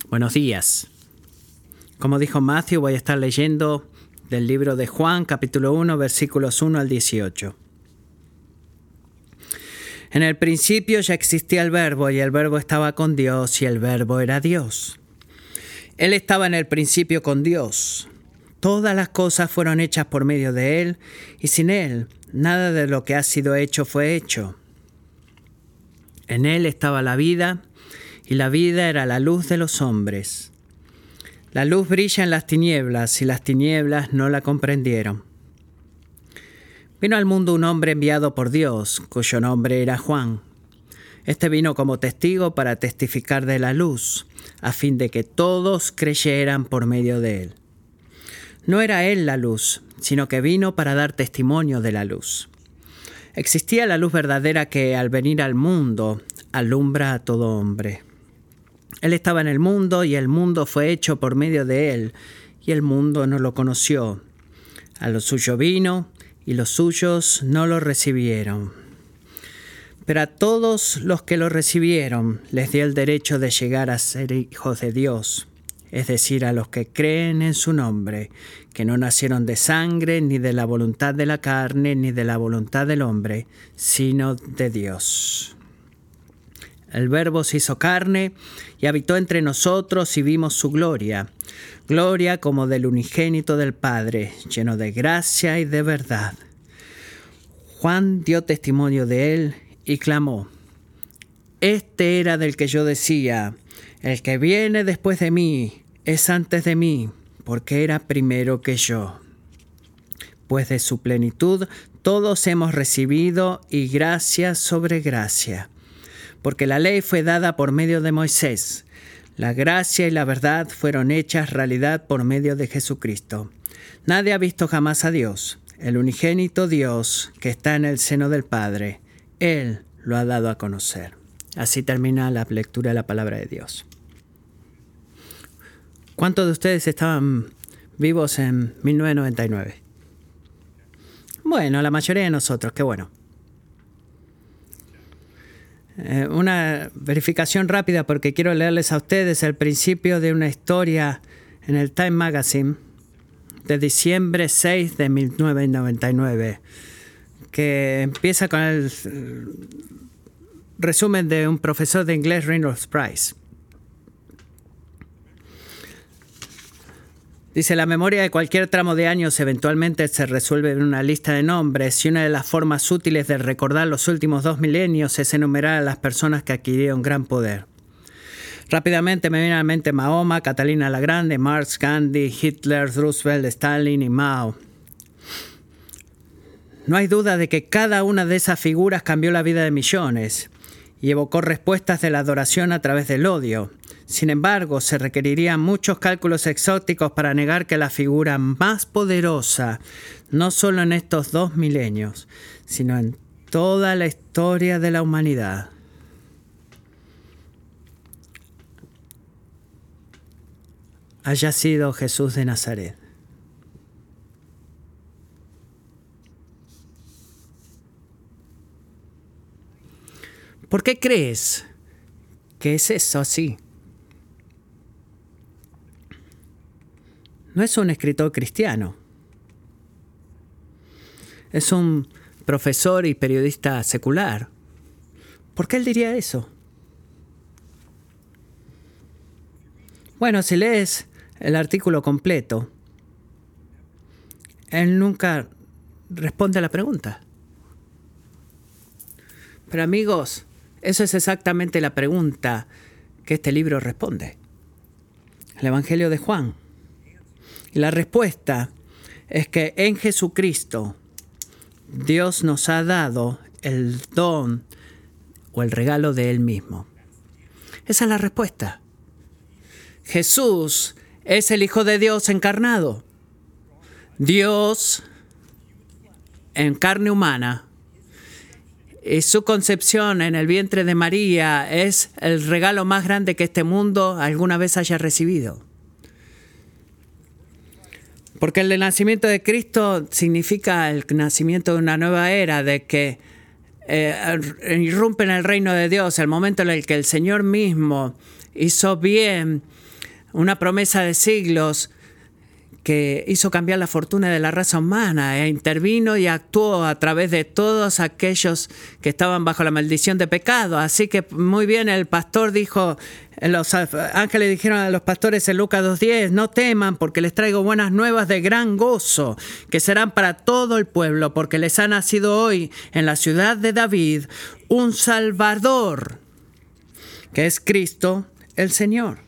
Buenos días. Como dijo Matthew, voy a estar leyendo del libro de Juan, capítulo 1, versículos 1 al 18. En el principio ya existía el Verbo, y el Verbo estaba con Dios, y el Verbo era Dios. Él estaba en el principio con Dios. Todas las cosas fueron hechas por medio de Él, y sin Él, nada de lo que ha sido hecho fue hecho. En Él estaba la vida, y la vida era la luz de los hombres. La luz brilla en las tinieblas, y las tinieblas no la comprendieron. Vino al mundo un hombre enviado por Dios, cuyo nombre era Juan. Este vino como testigo para testificar de la luz, a fin de que todos creyeran por medio de él. No era él la luz, sino que vino para dar testimonio de la luz. Existía la luz verdadera que, al venir al mundo, alumbra a todo hombre. Él estaba en el mundo, y el mundo fue hecho por medio de él, y el mundo no lo conoció. A lo suyo vino, y los suyos no lo recibieron. Pero a todos los que lo recibieron, les dio el derecho de llegar a ser hijos de Dios, es decir, a los que creen en su nombre, que no nacieron de sangre, ni de la voluntad de la carne, ni de la voluntad del hombre, sino de Dios. El Verbo se hizo carne y habitó entre nosotros, y vimos su gloria, gloria como del unigénito del Padre, lleno de gracia y de verdad. Juan dio testimonio de él y clamó: Este era del que yo decía, el que viene después de mí es antes de mí, porque era primero que yo. Pues de su plenitud todos hemos recibido, y gracia sobre gracia. Porque la ley fue dada por medio de Moisés. La gracia y la verdad fueron hechas realidad por medio de Jesucristo. Nadie ha visto jamás a Dios, el unigénito Dios que está en el seno del Padre. Él lo ha dado a conocer. Así termina la lectura de la palabra de Dios. ¿Cuántos de ustedes estaban vivos en 1999? Bueno, la mayoría de nosotros, qué bueno. Una verificación rápida, porque quiero leerles a ustedes el principio de una historia en el Time Magazine de diciembre 6 de 1999, que empieza con el resumen de un profesor de inglés, Reynolds Price. Dice: la memoria de cualquier tramo de años eventualmente se resuelve en una lista de nombres, y una de las formas útiles de recordar los últimos 2 milenios es enumerar a las personas que adquirieron gran poder. Rápidamente me viene a la mente Mahoma, Catalina la Grande, Marx, Gandhi, Hitler, Roosevelt, Stalin y Mao. No hay duda de que cada una de esas figuras cambió la vida de millones y evocó respuestas de la adoración a través del odio. Sin embargo, se requerirían muchos cálculos exóticos para negar que la figura más poderosa, no solo en estos 2 milenios, sino en toda la historia de la humanidad, haya sido Jesús de Nazaret. ¿Por qué crees que es eso así? No es un escritor cristiano. Es un profesor y periodista secular. ¿Por qué él diría eso? Bueno, si lees el artículo completo, él nunca responde a la pregunta. Pero amigos, eso es exactamente la pregunta que este libro responde. El Evangelio de Juan. Y la respuesta es que en Jesucristo Dios nos ha dado el don o el regalo de Él mismo. Esa es la respuesta. Jesús es el Hijo de Dios encarnado. Dios en carne humana. Y su concepción en el vientre de María es el regalo más grande que este mundo alguna vez haya recibido. Porque el nacimiento de Cristo significa el nacimiento de una nueva era, de que irrumpe en el reino de Dios, el momento en el que el Señor mismo hizo bien, una promesa de siglos que hizo cambiar la fortuna de la raza humana, e intervino y actuó a través de todos aquellos que estaban bajo la maldición de pecado. Así que muy bien, el pastor dijo, los ángeles dijeron a los pastores en Lucas 2:10, no teman porque les traigo buenas nuevas de gran gozo, que serán para todo el pueblo, porque les ha nacido hoy en la ciudad de David un Salvador, que es Cristo el Señor.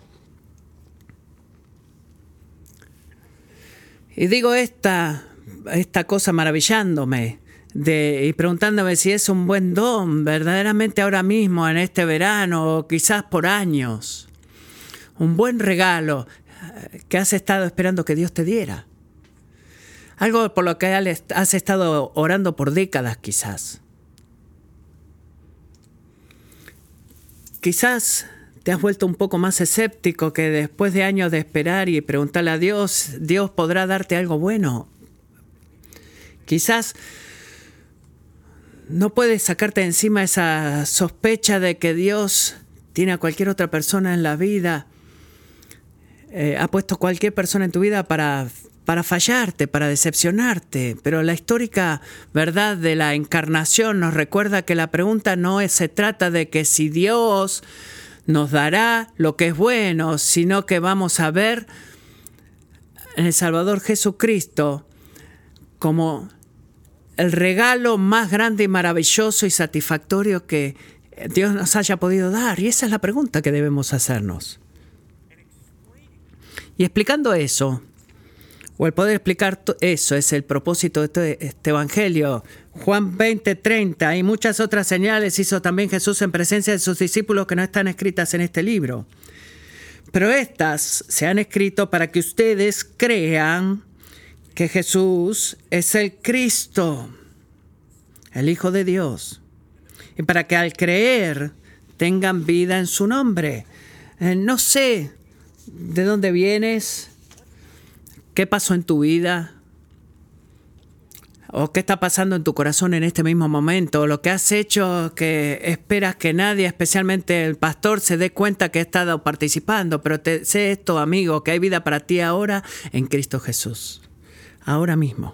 Y digo esta cosa maravillándome y preguntándome si es un buen don verdaderamente ahora mismo, en este verano, o quizás por años. Un buen regalo que has estado esperando que Dios te diera. Algo por lo que has estado orando por décadas quizás. Quizás te has vuelto un poco más escéptico, que después de años de esperar y preguntarle a Dios, Dios podrá darte algo bueno. Quizás no puedes sacarte de encima esa sospecha de que Dios tiene a cualquier otra persona en la vida, ha puesto cualquier persona en tu vida para fallarte, para decepcionarte. Pero la histórica verdad de la encarnación nos recuerda que la pregunta no se trata de que si Dios nos dará lo que es bueno, sino que vamos a ver en el Salvador Jesucristo como el regalo más grande y maravilloso y satisfactorio que Dios nos haya podido dar. Y esa es la pregunta que debemos hacernos. Y explicando eso, o el poder explicar eso, es el propósito de este evangelio. Juan 20:30 y muchas otras señales hizo también Jesús en presencia de sus discípulos que no están escritas en este libro. Pero estas se han escrito para que ustedes crean que Jesús es el Cristo, el Hijo de Dios, y para que al creer tengan vida en su nombre. No sé de dónde vienes, qué pasó en tu vida, o qué está pasando en tu corazón en este mismo momento, o lo que has hecho que esperas que nadie, especialmente el pastor, se dé cuenta que ha estado participando. Pero sé esto, amigo, que hay vida para ti ahora en Cristo Jesús, ahora mismo.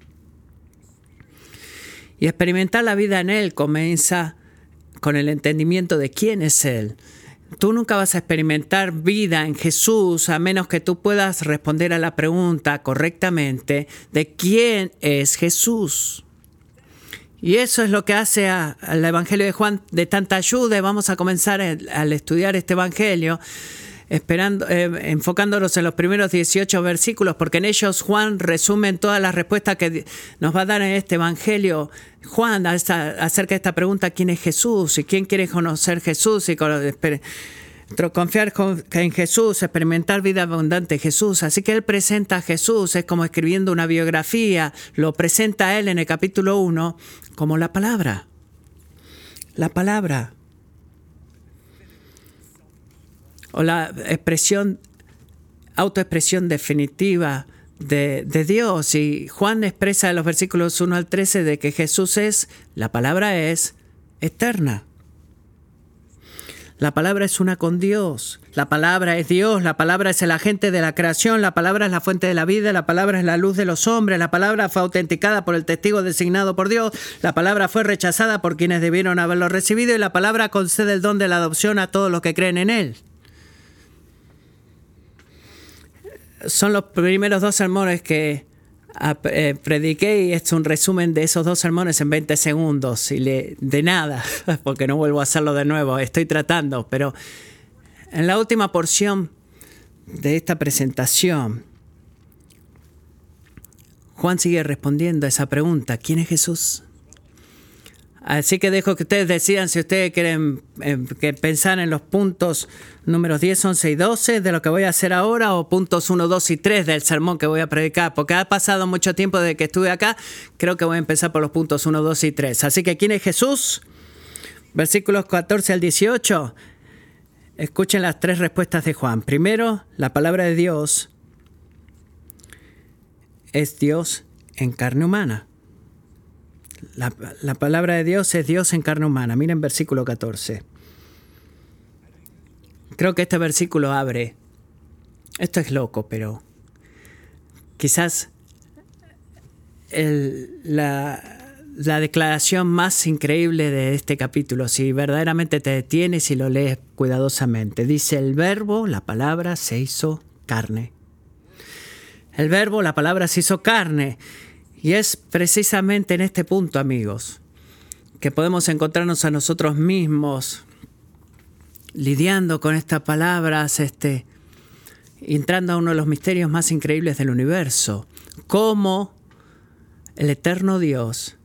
Y experimentar la vida en Él comienza con el entendimiento de quién es Él. Tú nunca vas a experimentar vida en Jesús a menos que tú puedas responder a la pregunta correctamente de quién es Jesús. Y eso es lo que hace al Evangelio de Juan de tanta ayuda. Y vamos a comenzar al estudiar este Evangelio enfocándonos en los primeros 18 versículos, porque en ellos Juan resume todas las respuestas que nos va a dar en este Evangelio Juan acerca de esta pregunta: ¿quién es Jesús? ¿Y quién quiere conocer Jesús? Y confiar en Jesús, experimentar vida abundante en Jesús. Así que él presenta a Jesús, es como escribiendo una biografía, lo presenta a él en el capítulo 1 como la palabra. La palabra. O la autoexpresión definitiva de Dios. Y Juan expresa en los versículos 1 al 13 de que Jesús la palabra es eterna. La palabra es una con Dios. La palabra es Dios. La palabra es el agente de la creación. La palabra es la fuente de la vida. La palabra es la luz de los hombres. La palabra fue autenticada por el testigo designado por Dios. La palabra fue rechazada por quienes debieron haberlo recibido. Y la palabra concede el don de la adopción a todos los que creen en Él. Son los primeros 2 sermones que prediqué, y es un resumen de esos 2 sermones en 20 segundos. Y de nada, porque no vuelvo a hacerlo de nuevo, estoy tratando. Pero en la última porción de esta presentación, Juan sigue respondiendo a esa pregunta: ¿quién es Jesús? Así que dejo que ustedes decidan si ustedes quieren pensar en los puntos números 10, 11 y 12 de lo que voy a hacer ahora, o puntos 1, 2 y 3 del sermón que voy a predicar. Porque ha pasado mucho tiempo desde que estuve acá. Creo que voy a empezar por los puntos 1, 2 y 3. Así que, ¿quién es Jesús? Versículos 14 al 18. Escuchen las 3 respuestas de Juan. Primero, la palabra de Dios es Dios en carne humana. La palabra de Dios es Dios en carne humana. Miren versículo 14. Creo que este versículo abre. Esto es loco, pero quizás la declaración más increíble de este capítulo, si verdaderamente te detienes y lo lees cuidadosamente. Dice: el verbo, la palabra, se hizo carne. El verbo, la palabra, se hizo carne. Y es precisamente en este punto, amigos, que podemos encontrarnos a nosotros mismos lidiando con estas palabras, entrando a uno de los misterios más increíbles del universo. Cómo el eterno Dios,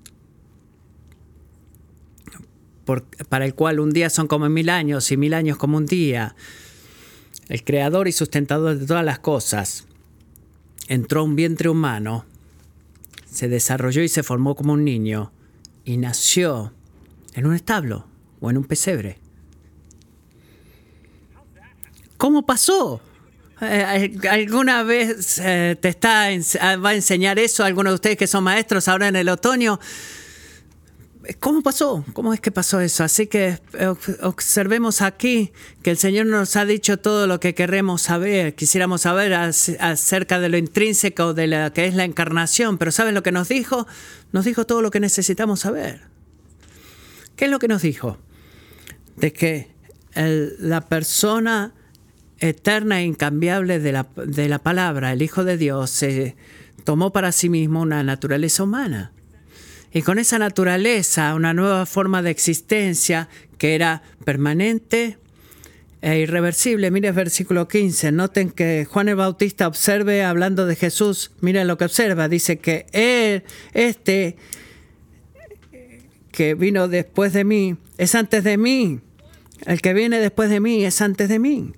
para el cual un día son como 1000 años y 1000 años como un día, el creador y sustentador de todas las cosas, entró a un vientre humano, se desarrolló y se formó como un niño y nació en un establo o en un pesebre. ¿Cómo pasó? ¿Alguna vez va a enseñar eso a alguno de ustedes que son maestros ahora en el otoño? ¿Cómo pasó? ¿Cómo es que pasó eso? Así que observemos aquí que el Señor nos ha dicho todo lo que queremos saber. Quisiéramos saber acerca de lo intrínseco de la que es la encarnación. Pero ¿saben lo que nos dijo? Nos dijo todo lo que necesitamos saber. ¿Qué es lo que nos dijo? De que la persona eterna e incambiable de la palabra, el Hijo de Dios, se tomó para sí mismo una naturaleza humana. Y con esa naturaleza, una nueva forma de existencia que era permanente e irreversible. Miren el versículo 15. Noten que Juan el Bautista observe, hablando de Jesús, miren lo que observa. Dice que él, que vino después de mí, es antes de mí. El que viene después de mí es antes de mí.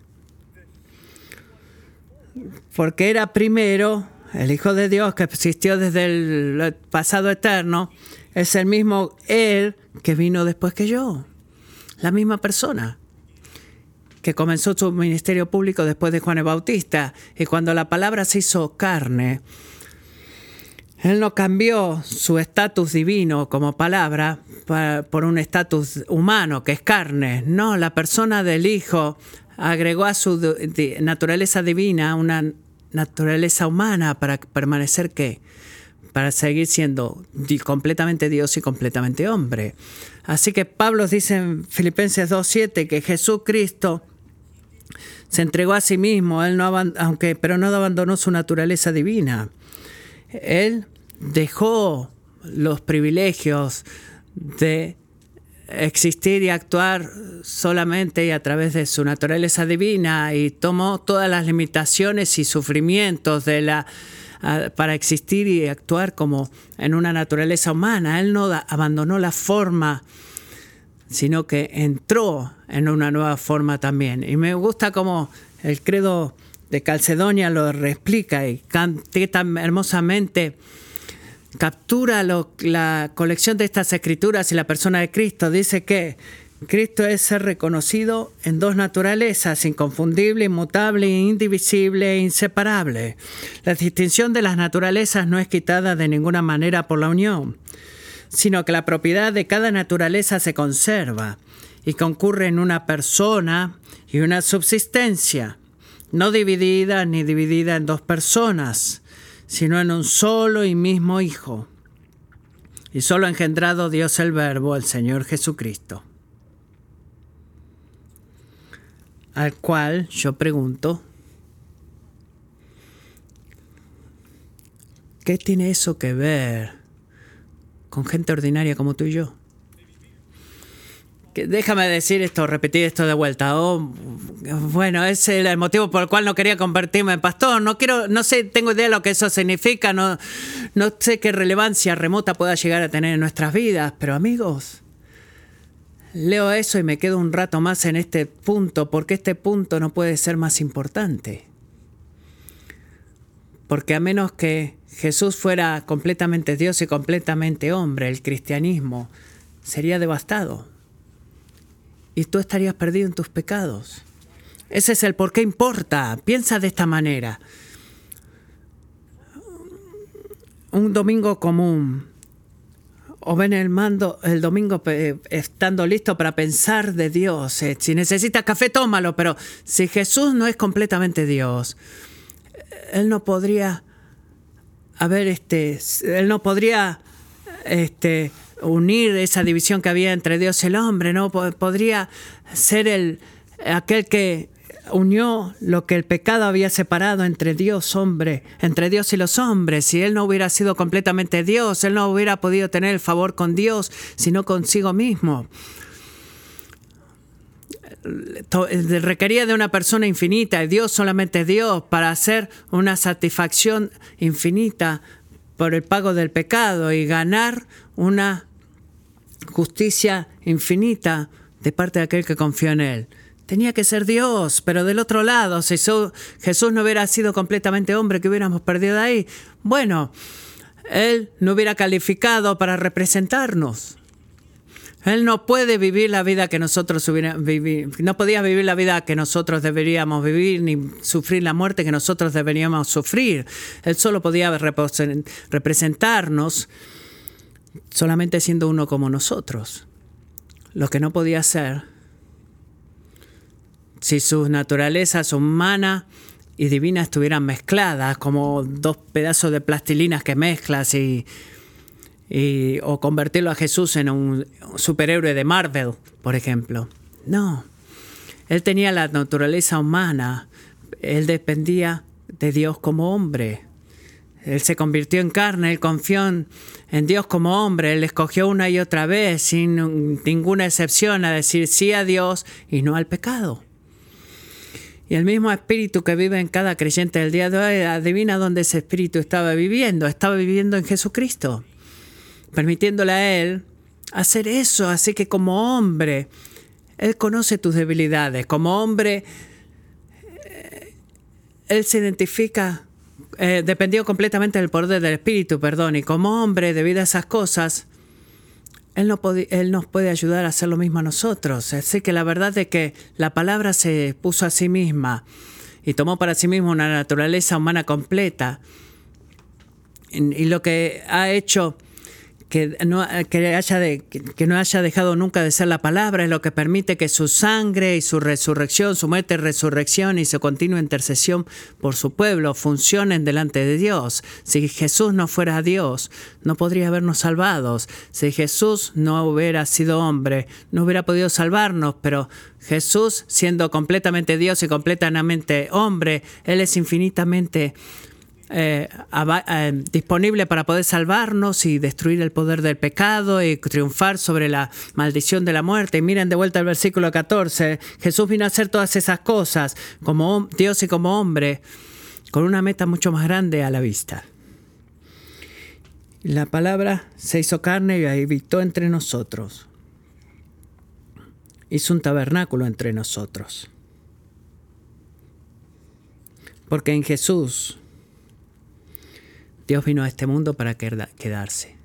Porque era primero. El Hijo de Dios que existió desde el pasado eterno es el mismo Él que vino después que yo. La misma persona que comenzó su ministerio público después de Juan el Bautista. Y cuando la palabra se hizo carne, Él no cambió su estatus divino como palabra por un estatus humano que es carne. No, la persona del Hijo agregó a su naturaleza divina una naturaleza humana para permanecer ¿qué? Para seguir siendo completamente Dios y completamente hombre. Así que Pablo dice en Filipenses 2:7 que Jesucristo se entregó a sí mismo, él pero no abandonó su naturaleza divina. Él dejó los privilegios de existir y actuar solamente y a través de su naturaleza divina y tomó todas las limitaciones y sufrimientos para existir y actuar como en una naturaleza humana. Él no abandonó la forma, sino que entró en una nueva forma también. Y me gusta cómo el credo de Calcedonia lo reexplica y canta tan hermosamente. Captura la colección de estas escrituras y la persona de Cristo. Dice que Cristo es ser reconocido en dos naturalezas, inconfundible, inmutable, indivisible e inseparable. La distinción de las naturalezas no es quitada de ninguna manera por la unión, sino que la propiedad de cada naturaleza se conserva y concurre en una persona y una subsistencia, no dividida ni dividida en dos personas, sino en un solo y mismo Hijo, y solo ha engendrado Dios el Verbo, el Señor Jesucristo, al cual yo pregunto, ¿qué tiene eso que ver con gente ordinaria como tú y yo? Déjame decir esto, repetir esto de vuelta. Bueno, ese es el motivo por el cual no quería convertirme en pastor. No sé, tengo idea de lo que eso significa. No sé qué relevancia remota pueda llegar a tener en nuestras vidas. Pero amigos, leo eso y me quedo un rato más en este punto, porque este punto no puede ser más importante. Porque a menos que Jesús fuera completamente Dios y completamente hombre, el cristianismo sería devastado. Y tú estarías perdido en tus pecados. Ese es el por qué importa. Piensa de esta manera. Un domingo común o ven el domingo estando listo para pensar de Dios. Si necesitas café, tómalo, pero si Jesús no es completamente Dios, Él no podría unir esa división que había entre Dios y el hombre, no podría ser aquel que unió lo que el pecado había separado entre Dios y los hombres. Si Él no hubiera sido completamente Dios, Él no hubiera podido tener el favor con Dios, sino consigo mismo. Requería de una persona infinita, y Dios solamente Dios, para hacer una satisfacción infinita por el pago del pecado y ganar una justicia infinita de parte de aquel que confió en Él. Tenía que ser Dios, pero del otro lado, si Jesús no hubiera sido completamente hombre, ¿qué hubiéramos perdido de ahí? Bueno, Él no hubiera calificado para representarnos. Él no puede vivir la vida que nosotros no podía vivir la vida que nosotros deberíamos vivir, ni sufrir la muerte que nosotros deberíamos sufrir. Él solo podía representarnos solamente siendo uno como nosotros. Lo que no podía hacer si sus naturalezas humana y divina estuvieran mezcladas, como dos pedazos de plastilinas que mezclas o convertirlo a Jesús en un superhéroe de Marvel, por ejemplo. No. Él tenía la naturaleza humana. Él dependía de Dios como hombre. Él se convirtió en carne, Él confió en Dios como hombre. Él escogió una y otra vez, sin ninguna excepción, a decir sí a Dios y no al pecado. Y el mismo espíritu que vive en cada creyente del día de hoy, adivina dónde ese espíritu estaba viviendo. Estaba viviendo en Jesucristo, permitiéndole a Él hacer eso. Así que como hombre, Él conoce tus debilidades. Como hombre, Él se identifica, dependió completamente del poder del Espíritu, y como hombre, debido a esas cosas, Él nos puede ayudar a hacer lo mismo a nosotros. Así que la verdad es que la palabra se puso a sí misma y tomó para sí misma una naturaleza humana completa. Y lo que ha hecho que no haya dejado nunca de ser la palabra es lo que permite que su sangre y su resurrección, su muerte y resurrección y su continua intercesión por su pueblo funcionen delante de Dios. Si Jesús no fuera Dios, no podría habernos salvado. Si Jesús no hubiera sido hombre, no hubiera podido salvarnos, pero Jesús, siendo completamente Dios y completamente hombre, Él es infinitamente disponible para poder salvarnos y destruir el poder del pecado y triunfar sobre la maldición de la muerte. Y miren de vuelta al versículo 14. Jesús vino a hacer todas esas cosas como Dios y como hombre, con una meta mucho más grande a la vista. La palabra se hizo carne y habitó entre nosotros. Hizo un tabernáculo entre nosotros. Porque en Jesús Dios vino a este mundo para quedarse.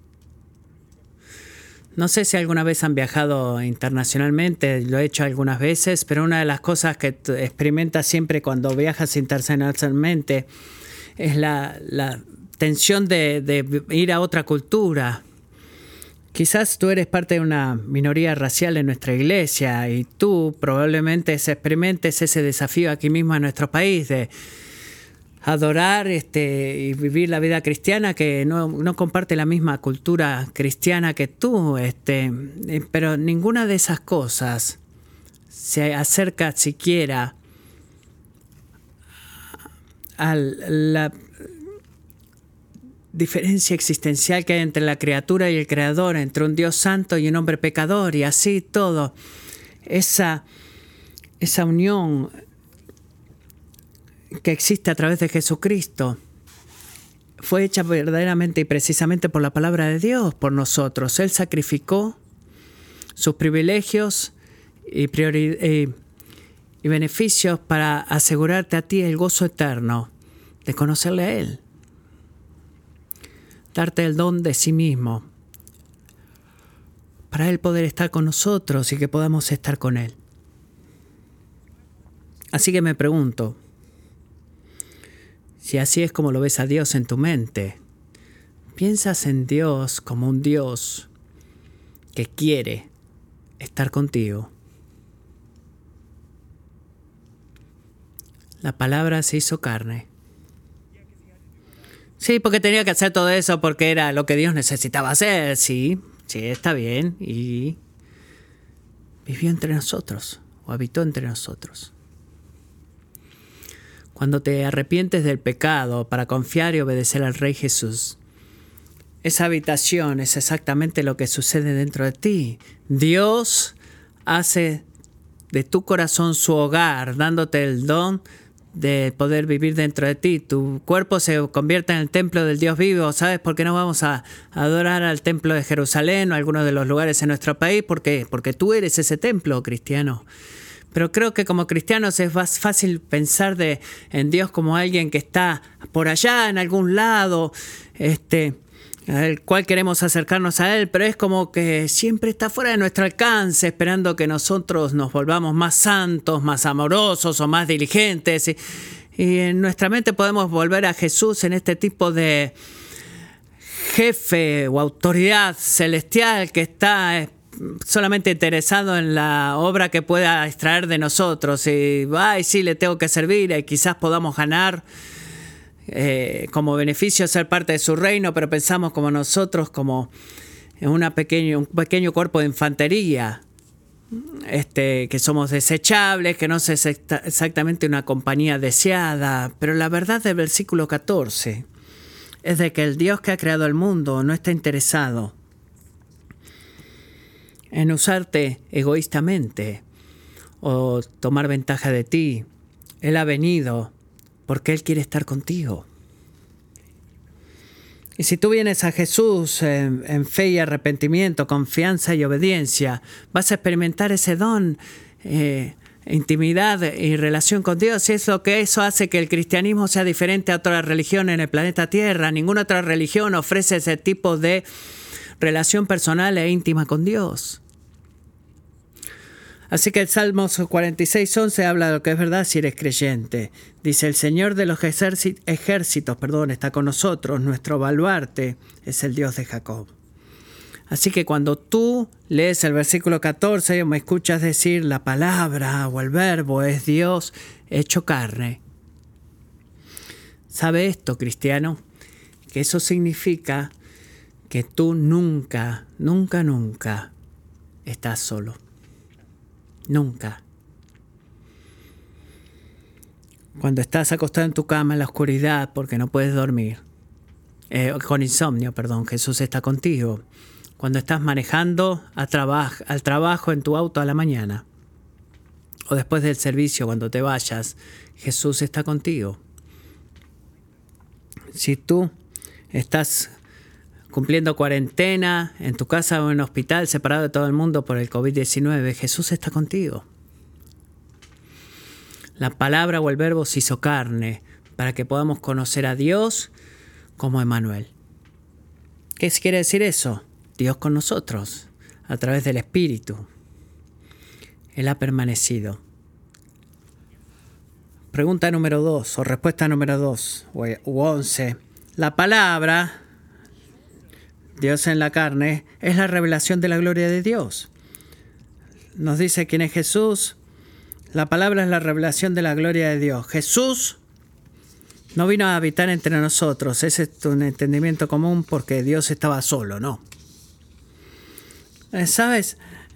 No sé si alguna vez han viajado internacionalmente, lo he hecho algunas veces, pero una de las cosas que experimentas siempre cuando viajas internacionalmente es la tensión de ir a otra cultura. Quizás tú eres parte de una minoría racial en nuestra iglesia y tú probablemente experimentes ese desafío aquí mismo en nuestro país de adorar y vivir la vida cristiana, que no comparte la misma cultura cristiana que tú, pero ninguna de esas cosas se acerca siquiera a la diferencia existencial que hay entre la criatura y el creador, entre un Dios santo y un hombre pecador, y así todo. Esa unión que existe a través de Jesucristo fue hecha verdaderamente y precisamente por la palabra de Dios, por nosotros. Él sacrificó sus privilegios y beneficios para asegurarte a ti el gozo eterno de conocerle a Él, darte el don de sí mismo, para Él poder estar con nosotros y que podamos estar con Él. Así que me pregunto, si así es como lo ves a Dios en tu mente, piensas en Dios como un Dios que quiere estar contigo. La palabra se hizo carne. Sí, porque tenía que hacer todo eso porque era lo que Dios necesitaba hacer. Sí, está bien. Y vivió entre nosotros, o habitó entre nosotros. Cuando te arrepientes del pecado para confiar y obedecer al Rey Jesús, esa habitación es exactamente lo que sucede dentro de ti. Dios hace de tu corazón su hogar, dándote el don de poder vivir dentro de ti. Tu cuerpo se convierte en el templo del Dios vivo. ¿Sabes por qué no vamos a adorar al templo de Jerusalén o a algunos de los lugares en nuestro país? ¿Por qué? Porque tú eres ese templo, cristiano. Pero creo que como cristianos es más fácil pensar en Dios como alguien que está por allá, en algún lado, al cual queremos acercarnos a Él, pero es como que siempre está fuera de nuestro alcance, esperando que nosotros nos volvamos más santos, más amorosos o más diligentes. Y en nuestra mente podemos volver a Jesús en este tipo de jefe o autoridad celestial que está solamente interesado en la obra que pueda extraer de nosotros. Y, sí, le tengo que servir y quizás podamos ganar como beneficio ser parte de su reino, pero pensamos como nosotros, como en un pequeño cuerpo de infantería, que somos desechables, que no es exactamente una compañía deseada. Pero la verdad del versículo 14 es de que el Dios que ha creado el mundo no está interesado en usarte egoístamente o tomar ventaja de ti. Él ha venido porque Él quiere estar contigo. Y si tú vienes a Jesús en fe y arrepentimiento, confianza y obediencia, vas a experimentar ese don, intimidad y relación con Dios. Y es lo que eso hace que el cristianismo sea diferente a otra religión en el planeta Tierra. Ninguna otra religión ofrece ese tipo de relación personal e íntima con Dios. Así que el Salmos 46:11 habla de lo que es verdad si eres creyente. Dice, el Señor de los ejércitos, está con nosotros, nuestro baluarte es el Dios de Jacob. Así que cuando tú lees el versículo 14 o me escuchas decir la palabra o el verbo es Dios hecho carne, ¿sabe esto, cristiano? Que eso significa que tú nunca estás solo. Nunca. Cuando estás acostado en tu cama en la oscuridad porque no puedes dormir, con insomnio, Jesús está contigo. Cuando estás manejando al trabajo en tu auto a la mañana, o después del servicio cuando te vayas, Jesús está contigo. Si tú estás cumpliendo cuarentena en tu casa o en un hospital, separado de todo el mundo por el COVID-19, Jesús está contigo. La palabra o el verbo se hizo carne para que podamos conocer a Dios como Emmanuel. ¿Qué quiere decir eso? Dios con nosotros, a través del Espíritu. Él ha permanecido. Pregunta número 2, o respuesta número 2, u 11. La palabra, Dios en la carne, es la revelación de la gloria de Dios. Nos dice quién es Jesús. La palabra es la revelación de la gloria de Dios. Jesús no vino a habitar entre nosotros. Ese es un entendimiento común porque Dios estaba solo, ¿no? ¿Sabes?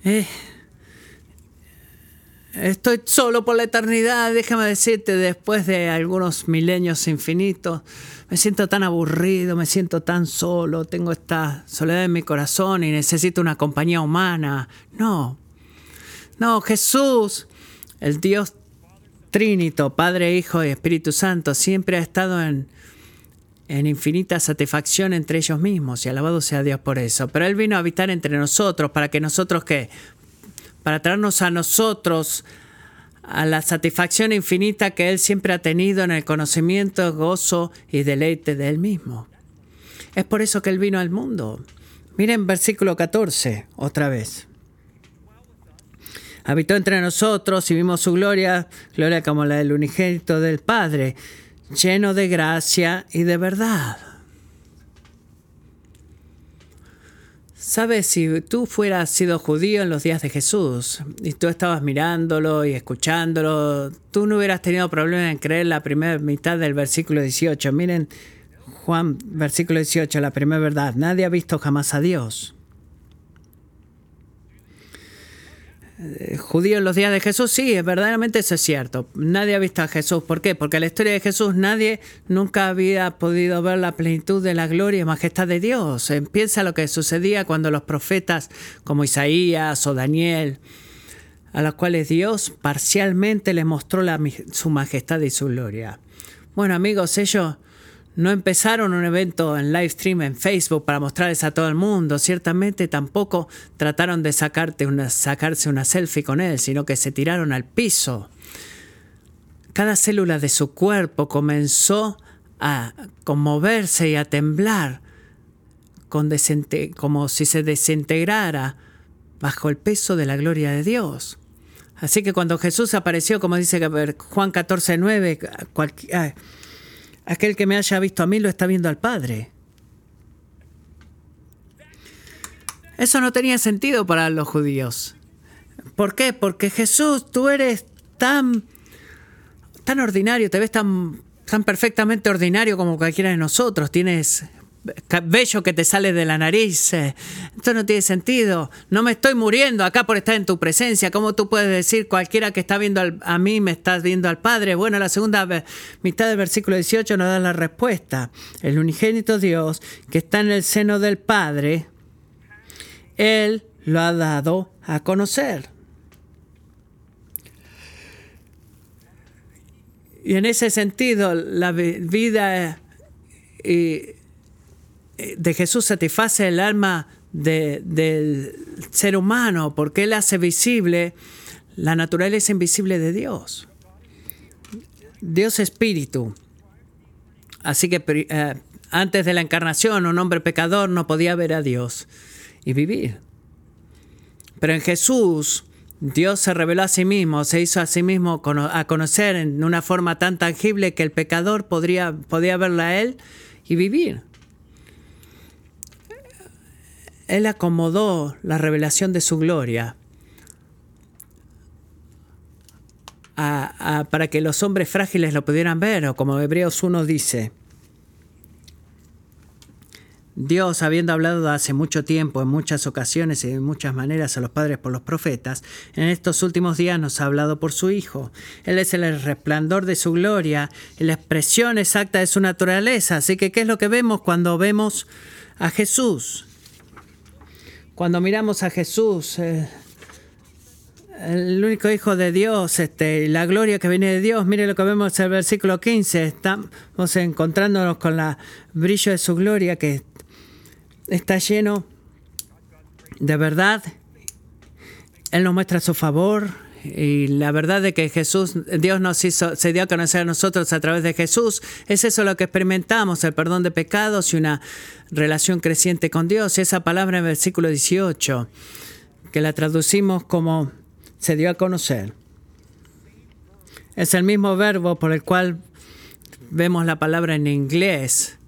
Estoy solo por la eternidad. Déjame decirte, después de algunos milenios infinitos, me siento tan aburrido, me siento tan solo, tengo esta soledad en mi corazón y necesito una compañía humana. No, Jesús, el Dios Trínito, Padre, Hijo y Espíritu Santo, siempre ha estado en infinita satisfacción entre ellos mismos, y alabado sea Dios por eso. Pero Él vino a habitar entre nosotros, ¿para que nosotros qué? Para traernos a nosotros a la satisfacción infinita que Él siempre ha tenido en el conocimiento, gozo y deleite de Él mismo. Es por eso que Él vino al mundo. Miren versículo 14, otra vez. Habitó entre nosotros y vimos su gloria como la del unigénito del Padre, lleno de gracia y de verdad. Sabes, si tú fueras sido judío en los días de Jesús y tú estabas mirándolo y escuchándolo, tú no hubieras tenido problema en creer la primera mitad del versículo 18. Miren, Juan, versículo 18, la primera verdad. Nadie ha visto jamás a Dios. Judío en los días de Jesús, sí, verdaderamente eso es cierto. Nadie ha visto a Jesús. ¿Por qué? Porque en la historia de Jesús nadie nunca había podido ver la plenitud de la gloria y majestad de Dios. Piensa lo que sucedía cuando los profetas como Isaías o Daniel, a los cuales Dios parcialmente les mostró su majestad y su gloria. Bueno, amigos, ellos no empezaron un evento en live stream en Facebook para mostrarles a todo el mundo. Ciertamente tampoco trataron de sacarse una selfie con él, sino que se tiraron al piso. Cada célula de su cuerpo comenzó a conmoverse y a temblar, como si se desintegrara bajo el peso de la gloria de Dios. Así que cuando Jesús apareció, como dice Juan 14:9, aquel que me haya visto a mí lo está viendo al Padre. Eso no tenía sentido para los judíos. ¿Por qué? Porque Jesús, tú eres tan ordinario, te ves tan perfectamente ordinario como cualquiera de nosotros. Tienes vello que te sale de la nariz. Esto no tiene sentido. No me estoy muriendo acá por estar en tu presencia. ¿Cómo tú puedes decir cualquiera que está viendo a mí me estás viendo al Padre? Bueno, la segunda mitad del versículo 18 nos da la respuesta. El unigénito Dios que está en el seno del Padre, Él lo ha dado a conocer. Y en ese sentido, la vida de Jesús satisface el alma del ser humano, porque Él hace visible la naturaleza invisible de Dios. Dios es espíritu. Así que antes de la encarnación, un hombre pecador no podía ver a Dios y vivir. Pero en Jesús, Dios se reveló a sí mismo, se hizo a sí mismo a conocer en una forma tan tangible que el pecador podía verla a Él y vivir. Él acomodó la revelación de su gloria para que los hombres frágiles lo pudieran ver, o como Hebreos 1 dice, Dios, habiendo hablado hace mucho tiempo, en muchas ocasiones y de muchas maneras a los padres por los profetas, en estos últimos días nos ha hablado por su Hijo. Él es el resplandor de su gloria y la expresión exacta de su naturaleza. Así que, ¿qué es lo que vemos cuando vemos a Jesús? Cuando miramos a Jesús, el único Hijo de Dios, la gloria que viene de Dios, mire lo que vemos en el versículo 15, estamos encontrándonos con el brillo de su gloria que está lleno de verdad. Él nos muestra su favor y la verdad de que Dios se dio a conocer a nosotros a través de Jesús. Es eso lo que experimentamos, el perdón de pecados y una relación creciente con Dios. Y esa palabra en el versículo 18, que la traducimos como se dio a conocer, es el mismo verbo por el cual vemos la palabra en inglés.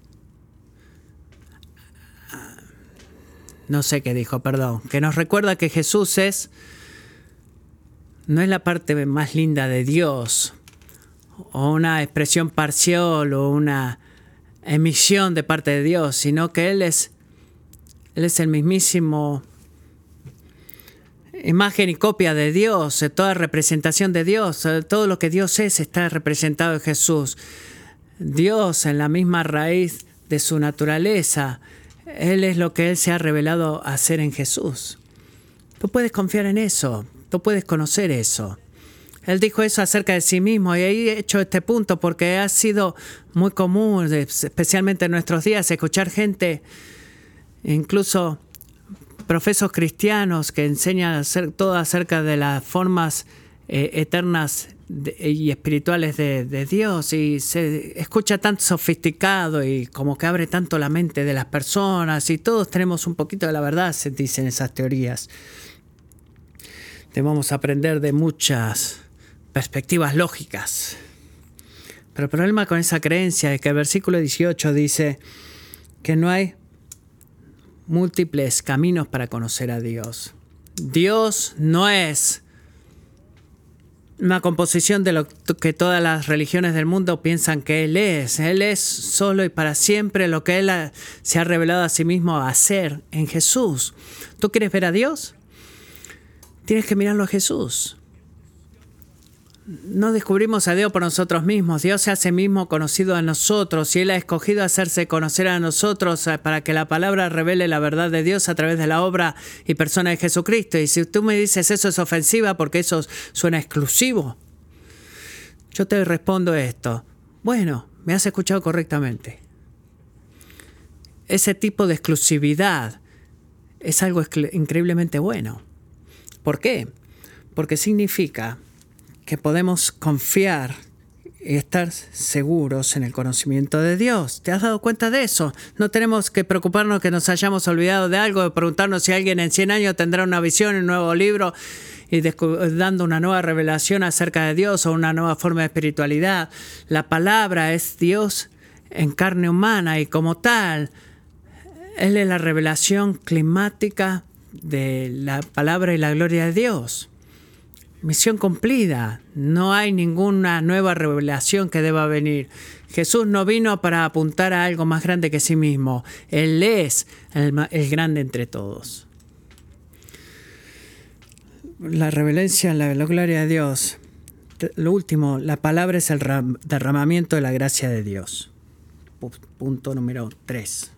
No sé qué dijo, perdón. Que nos recuerda que Jesús no es la parte más linda de Dios, o una expresión parcial, o una emisión de parte de Dios, sino que Él es el mismísimo imagen y copia de Dios, toda representación de Dios, todo lo que Dios es está representado en Jesús. Dios en la misma raíz de su naturaleza, Él es lo que Él se ha revelado a ser en Jesús. Tú puedes confiar en eso, tú puedes conocer eso. Él dijo eso acerca de sí mismo y ahí he hecho este punto porque ha sido muy común, especialmente en nuestros días, escuchar gente, incluso profesos cristianos que enseñan todo acerca de las formas eternas y espirituales de Dios, y se escucha tan sofisticado y como que abre tanto la mente de las personas, y todos tenemos un poquito de la verdad, se dicen esas teorías. Debemos aprender de muchas perspectivas lógicas. Pero el problema con esa creencia es que el versículo 18 dice que no hay múltiples caminos para conocer a Dios. Dios no es una composición de lo que todas las religiones del mundo piensan que Él es. Él es solo y para siempre lo que Él se ha revelado a sí mismo a hacer en Jesús. ¿Tú quieres ver a Dios? Tienes que mirarlo a Jesús. No descubrimos a Dios por nosotros mismos. Dios se hace mismo conocido a nosotros y Él ha escogido hacerse conocer a nosotros para que la palabra revele la verdad de Dios a través de la obra y persona de Jesucristo. Y si tú me dices eso es ofensiva porque eso suena exclusivo, yo te respondo esto. Bueno, me has escuchado correctamente. Ese tipo de exclusividad es algo increíblemente bueno. ¿Por qué? Porque significa que podemos confiar y estar seguros en el conocimiento de Dios. ¿Te has dado cuenta de eso? No tenemos que preocuparnos que nos hayamos olvidado de algo, de preguntarnos si alguien en 100 años tendrá una visión, un nuevo libro y dando una nueva revelación acerca de Dios o una nueva forma de espiritualidad. La palabra es Dios en carne humana y como tal, Él es la revelación climática de la palabra y la gloria de Dios. Misión cumplida. No hay ninguna nueva revelación que deba venir. Jesús no vino para apuntar a algo más grande que sí mismo. Él es el grande entre todos. La revelación, la gloria de Dios. Lo último, la palabra es el derramamiento de la gracia de Dios. Punto número 3.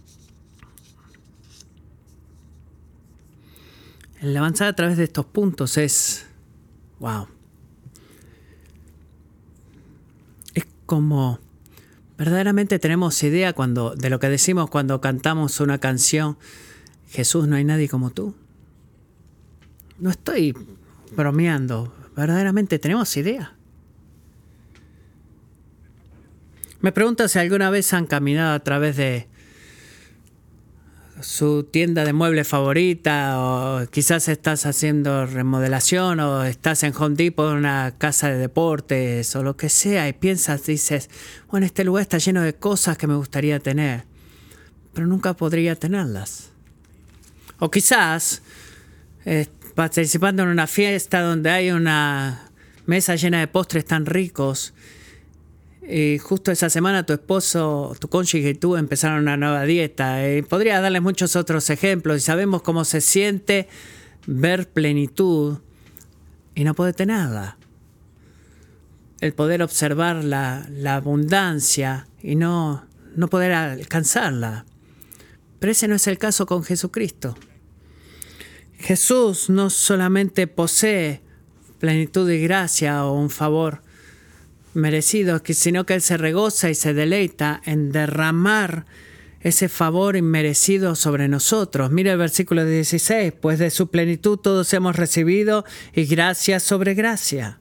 El avanzar a través de estos puntos es... wow. Es como verdaderamente tenemos idea de lo que decimos cuando cantamos una canción. Jesús, no hay nadie como tú. No estoy bromeando. Verdaderamente tenemos idea. Me pregunto si alguna vez han caminado a través de su tienda de muebles favorita, o quizás estás haciendo remodelación o estás en Home Depot, en una casa de deportes o lo que sea, y dices, bueno, este lugar está lleno de cosas que me gustaría tener, pero nunca podría tenerlas. O quizás participando en una fiesta donde hay una mesa llena de postres tan ricos y justo esa semana tu esposo, tu cónyuge y tú empezaron una nueva dieta. Podría darles muchos otros ejemplos y sabemos cómo se siente ver plenitud y no poder tenerla. El poder observar la abundancia y no poder alcanzarla. Pero ese no es el caso con Jesucristo. Jesús no solamente posee plenitud y gracia o un favor merecido, sino que Él se regoza y se deleita en derramar ese favor inmerecido sobre nosotros. Mira el versículo 16, pues de su plenitud todos hemos recibido y gracia sobre gracia.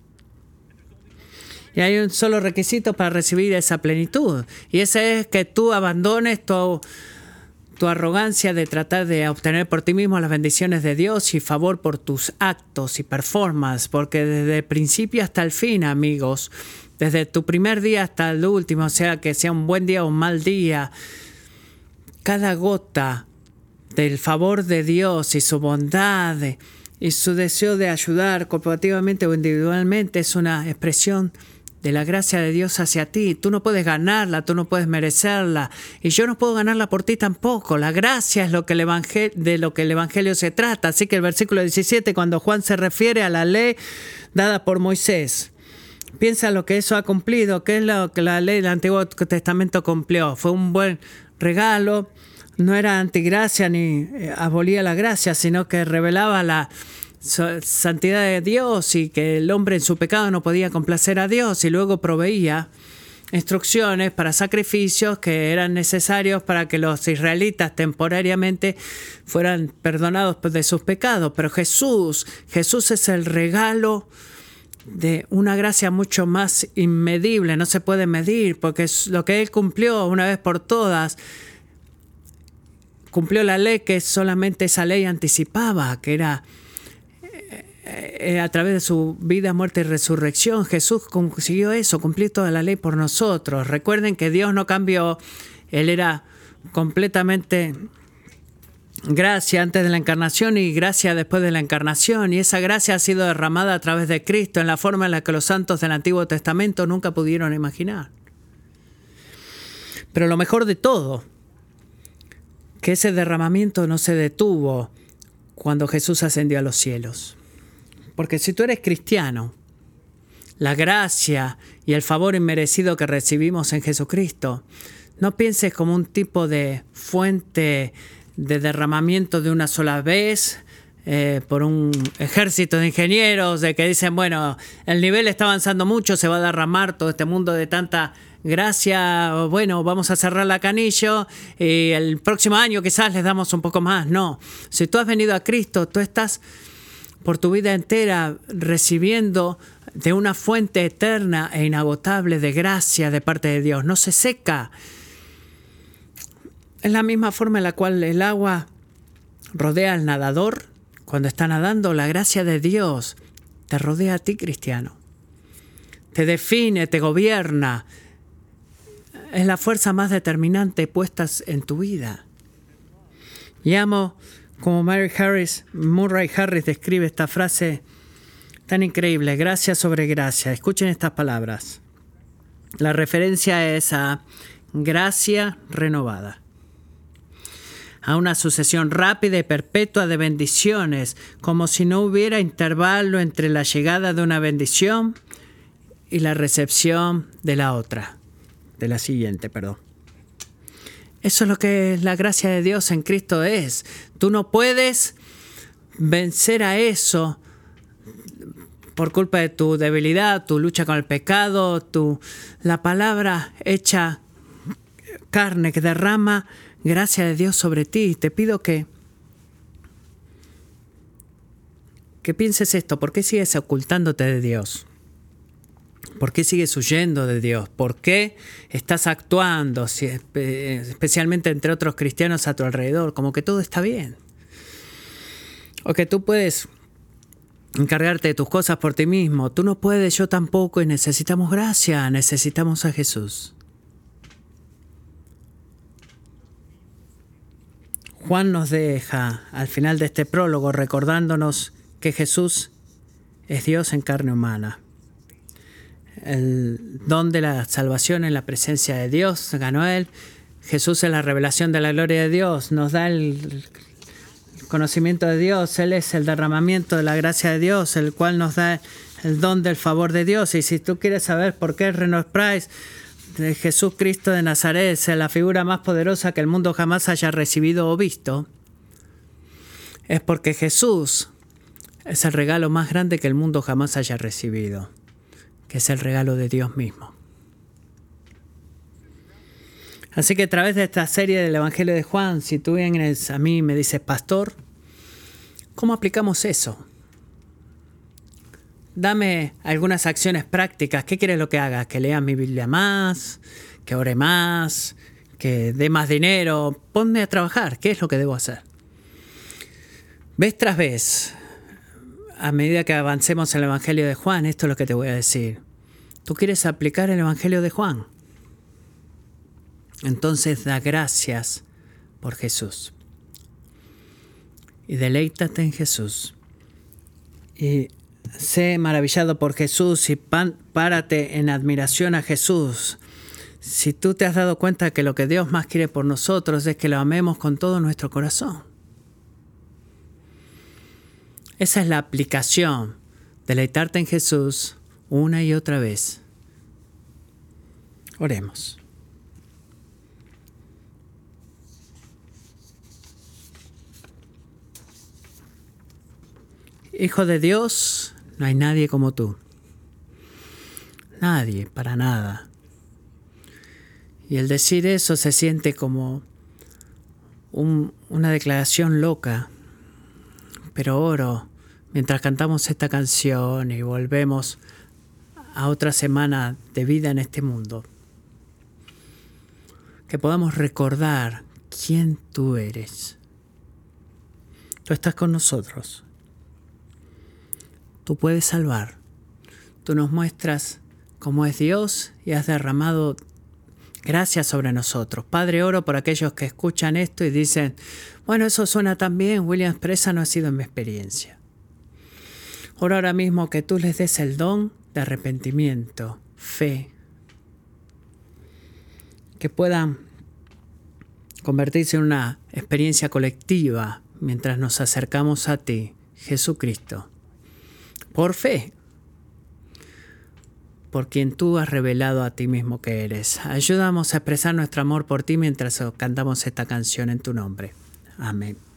Y hay un solo requisito para recibir esa plenitud, y ese es que tú abandones tu arrogancia de tratar de obtener por ti mismo las bendiciones de Dios y favor por tus actos y performance, porque desde el principio hasta el fin, amigos, desde tu primer día hasta el último, o sea que sea un buen día o un mal día, cada gota del favor de Dios y su bondad y su deseo de ayudar corporativamente o individualmente es una expresión de la gracia de Dios hacia ti. Tú no puedes ganarla, tú no puedes merecerla, y yo no puedo ganarla por ti tampoco. La gracia es de lo que el Evangelio se trata. Así que el versículo 17, cuando Juan se refiere a la ley dada por Moisés, piensa lo que eso ha cumplido. ¿Qué es lo que la ley del Antiguo Testamento cumplió? Fue un buen regalo, no era antigracia ni abolía la gracia, sino que revelaba la santidad de Dios y que el hombre en su pecado no podía complacer a Dios, y luego proveía instrucciones para sacrificios que eran necesarios para que los israelitas temporariamente fueran perdonados de sus pecados. Pero Jesús es el regalo de una gracia mucho más inmedible, no se puede medir, porque es lo que Él cumplió una vez por todas. Cumplió la ley que solamente esa ley anticipaba, que era a través de su vida, muerte y resurrección. Jesús consiguió eso, cumplió toda la ley por nosotros. Recuerden que Dios no cambió, Él era completamente gracia antes de la encarnación y gracia después de la encarnación, y esa gracia ha sido derramada a través de Cristo en la forma en la que los santos del Antiguo Testamento nunca pudieron imaginar. Pero lo mejor de todo, que ese derramamiento no se detuvo cuando Jesús ascendió a los cielos. Porque si tú eres cristiano, la gracia y el favor inmerecido que recibimos en Jesucristo, no pienses como un tipo de fuente de derramamiento de una sola vez por un ejército de ingenieros de que dicen, bueno, el nivel está avanzando mucho, se va a derramar todo este mundo de tanta gracia, bueno, vamos a cerrar la canilla y el próximo año quizás les damos un poco más. No, si tú has venido a Cristo, tú estás por tu vida entera recibiendo de una fuente eterna e inagotable de gracia de parte de Dios. No se seca. Es la misma forma en la cual el agua rodea al nadador cuando está nadando. La gracia de Dios te rodea a ti, cristiano. Te define, te gobierna. Es la fuerza más determinante puesta en tu vida. Y amo como Murray Harris describe esta frase tan increíble, gracia sobre gracia. Escuchen estas palabras. La referencia es a gracia renovada, a una sucesión rápida y perpetua de bendiciones, como si no hubiera intervalo entre la llegada de una bendición y la recepción de la otra, de la siguiente, perdón. Eso es lo que la gracia de Dios en Cristo es. Tú no puedes vencer a eso por culpa de tu debilidad, tu lucha con el pecado, la palabra hecha carne que derrama gracia de Dios sobre ti. Te pido que pienses esto. ¿Por qué sigues ocultándote de Dios? ¿Por qué sigues huyendo de Dios? ¿Por qué estás actuando, especialmente entre otros cristianos a tu alrededor, como que todo está bien? O que tú puedes encargarte de tus cosas por ti mismo. Tú no puedes, yo tampoco, y necesitamos gracia, necesitamos a Jesús. Juan nos deja al final de este prólogo recordándonos que Jesús es Dios en carne humana. El don de la salvación en la presencia de Dios ganó Él. Jesús es la revelación de la gloria de Dios, nos da el conocimiento de Dios. Él es el derramamiento de la gracia de Dios, el cual nos da el don del favor de Dios. Y si tú quieres saber por qué Reynolds Price de Jesucristo de Nazaret es la figura más poderosa que el mundo jamás haya recibido o visto, es porque Jesús es el regalo más grande que el mundo jamás haya recibido, que es el regalo de Dios mismo. Así que a través de esta serie del Evangelio de Juan, si tú vienes a mí y me dices, pastor, ¿cómo aplicamos eso? Dame algunas acciones prácticas. ¿Qué quieres lo que haga? ¿Que lea mi Biblia más? ¿Que ore más? ¿Que dé más dinero? Ponme a trabajar. ¿Qué es lo que debo hacer? Vez tras vez, a medida que avancemos en el Evangelio de Juan, esto es lo que te voy a decir. ¿Tú quieres aplicar el Evangelio de Juan? Entonces da gracias por Jesús. Y deleítate en Jesús. Y sé maravillado por Jesús y párate en admiración a Jesús. Si tú te has dado cuenta que lo que Dios más quiere por nosotros es que lo amemos con todo nuestro corazón. Esa es la aplicación. Deleitarte en Jesús una y otra vez. Oremos. Hijo de Dios, no hay nadie como tú. Nadie, para nada. Y el decir eso se siente como una declaración loca. Pero oro mientras cantamos esta canción y volvemos a otra semana de vida en este mundo, que podamos recordar quién tú eres. Tú estás con nosotros. Tú puedes salvar. Tú nos muestras cómo es Dios y has derramado Gracias sobre nosotros. Padre, oro por aquellos que escuchan esto y dicen, bueno, eso suena tan bien, William, pero esa no ha sido mi experiencia. Oro ahora mismo que tú les des el don de arrepentimiento, fe, que puedan convertirse en una experiencia colectiva mientras nos acercamos a ti, Jesucristo, por fe, por quien tú has revelado a ti mismo que eres. Ayúdanos a expresar nuestro amor por ti mientras cantamos esta canción en tu nombre. Amén.